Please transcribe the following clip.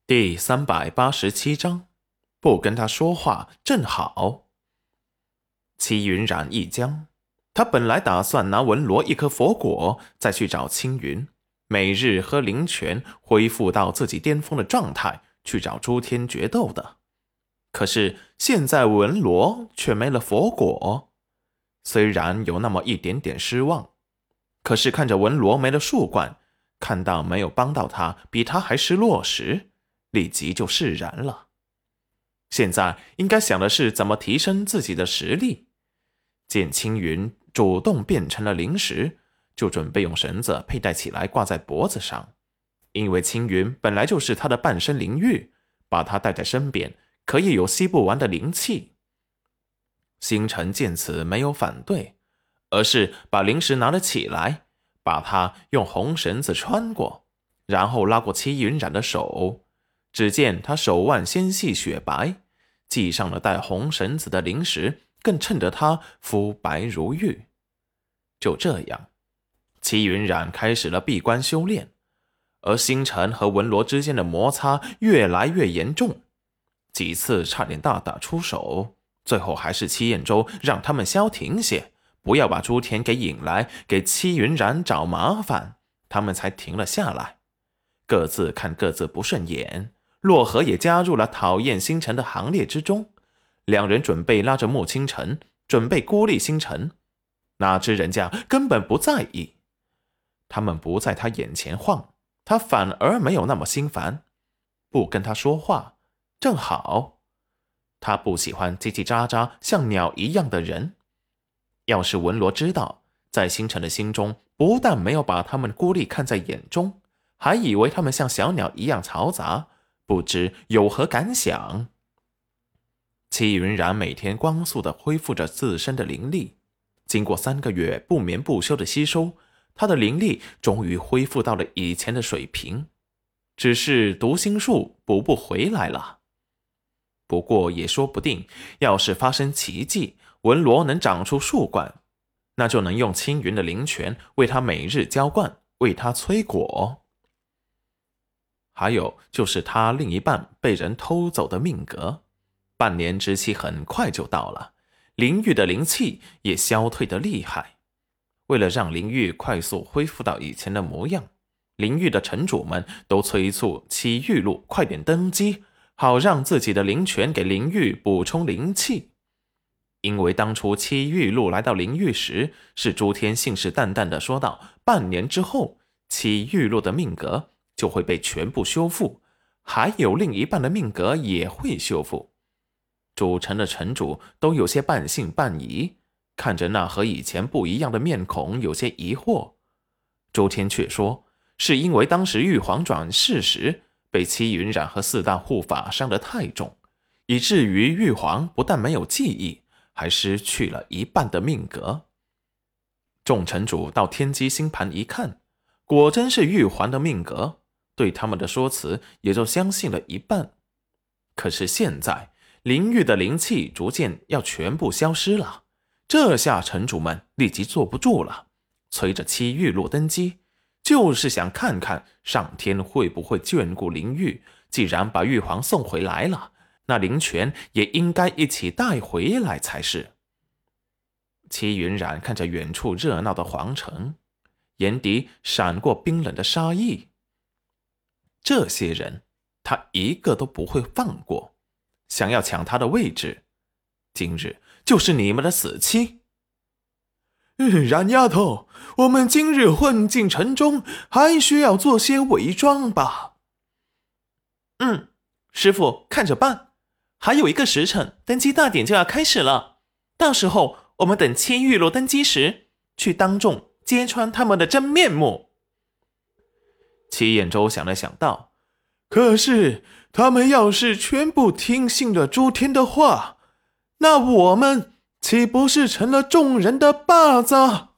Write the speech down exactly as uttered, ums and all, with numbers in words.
第三百八十七章，不跟他说话正好。戚云染一僵，他本来打算拿文罗一颗佛果，再去找青云，每日喝灵泉，恢复到自己巅峰的状态，去找诸天决斗的。可是现在文罗却没了佛果，虽然有那么一点点失望，可是看着文罗没了树冠，看到没有帮到他，比他还失落时，立即就释然了。现在应该想的是怎么提升自己的实力。见青云主动变成了灵石，就准备用绳子佩戴起来挂在脖子上，因为青云本来就是他的半身灵玉，把他带在身边可以有吸不完的灵气。星辰见此没有反对，而是把灵石拿了起来，把它用红绳子穿过，然后拉过戚云染的手。只见他手腕纤细雪白，系上了带红绳子的灵石，更衬得他肤白如玉。就这样，戚云染开始了闭关修炼，而星辰和文罗之间的摩擦越来越严重，几次差点大打出手，最后还是戚彦周让他们消停些，不要把朱田给引来，给戚云染找麻烦，他们才停了下来，各自看各自不顺眼。洛河也加入了讨厌星辰的行列之中，两人准备拉着穆清晨，准备孤立星辰，哪知人家根本不在意。他们不在他眼前晃，他反而没有那么心烦，不跟他说话正好。他不喜欢叽叽喳喳像鸟一样的人。要是文罗知道，在星辰的心中不但没有把他们孤立看在眼中，还以为他们像小鸟一样嘈杂，不知有何感想。戚云染每天光速地恢复着自身的灵力，经过三个月不眠不休的吸收，他的灵力终于恢复到了以前的水平，只是读心术补不回来了。不过也说不定，要是发生奇迹，文罗能长出树冠，那就能用青云的灵泉为他每日浇灌，为他催果。还有就是他另一半被人偷走的命格，半年之期很快就到了，灵玉的灵气也消退得厉害。为了让灵玉快速恢复到以前的模样，灵玉的城主们都催促戚玉露快点登基，好让自己的灵泉给灵玉补充灵气。因为当初戚玉露来到灵玉时，是朱天信誓旦旦地说道，半年之后戚玉露的命格就会被全部修复，还有另一半的命格也会修复。主城的城主都有些半信半疑，看着那和以前不一样的面孔有些疑惑。周天却说，是因为当时玉皇转世时被戚云染和四大护法伤得太重，以至于玉皇不但没有记忆，还失去了一半的命格。众城主到天机星盘一看，果真是玉皇的命格，对他们的说辞也就相信了一半。可是现在灵玉的灵气逐渐要全部消失了，这下城主们立即坐不住了，催着戚玉露登基，就是想看看上天会不会眷顾灵玉，既然把玉皇送回来了，那灵泉也应该一起带回来才是。戚云染看着远处热闹的皇城，眼底闪过冰冷的杀意。这些人他一个都不会放过，想要抢他的位置，今日就是你们的死期。 冉丫头，我们今日混进城中，还需要做些伪装吧？ 嗯，师父看着办。还有一个时辰，登基大典就要开始了，到时候我们等戚玉露登基时，去当众揭穿他们的真面目。戚彦周想了想道， 可是他们要是全部听信了诸天的话，那我们岂不是成了众人的靶子？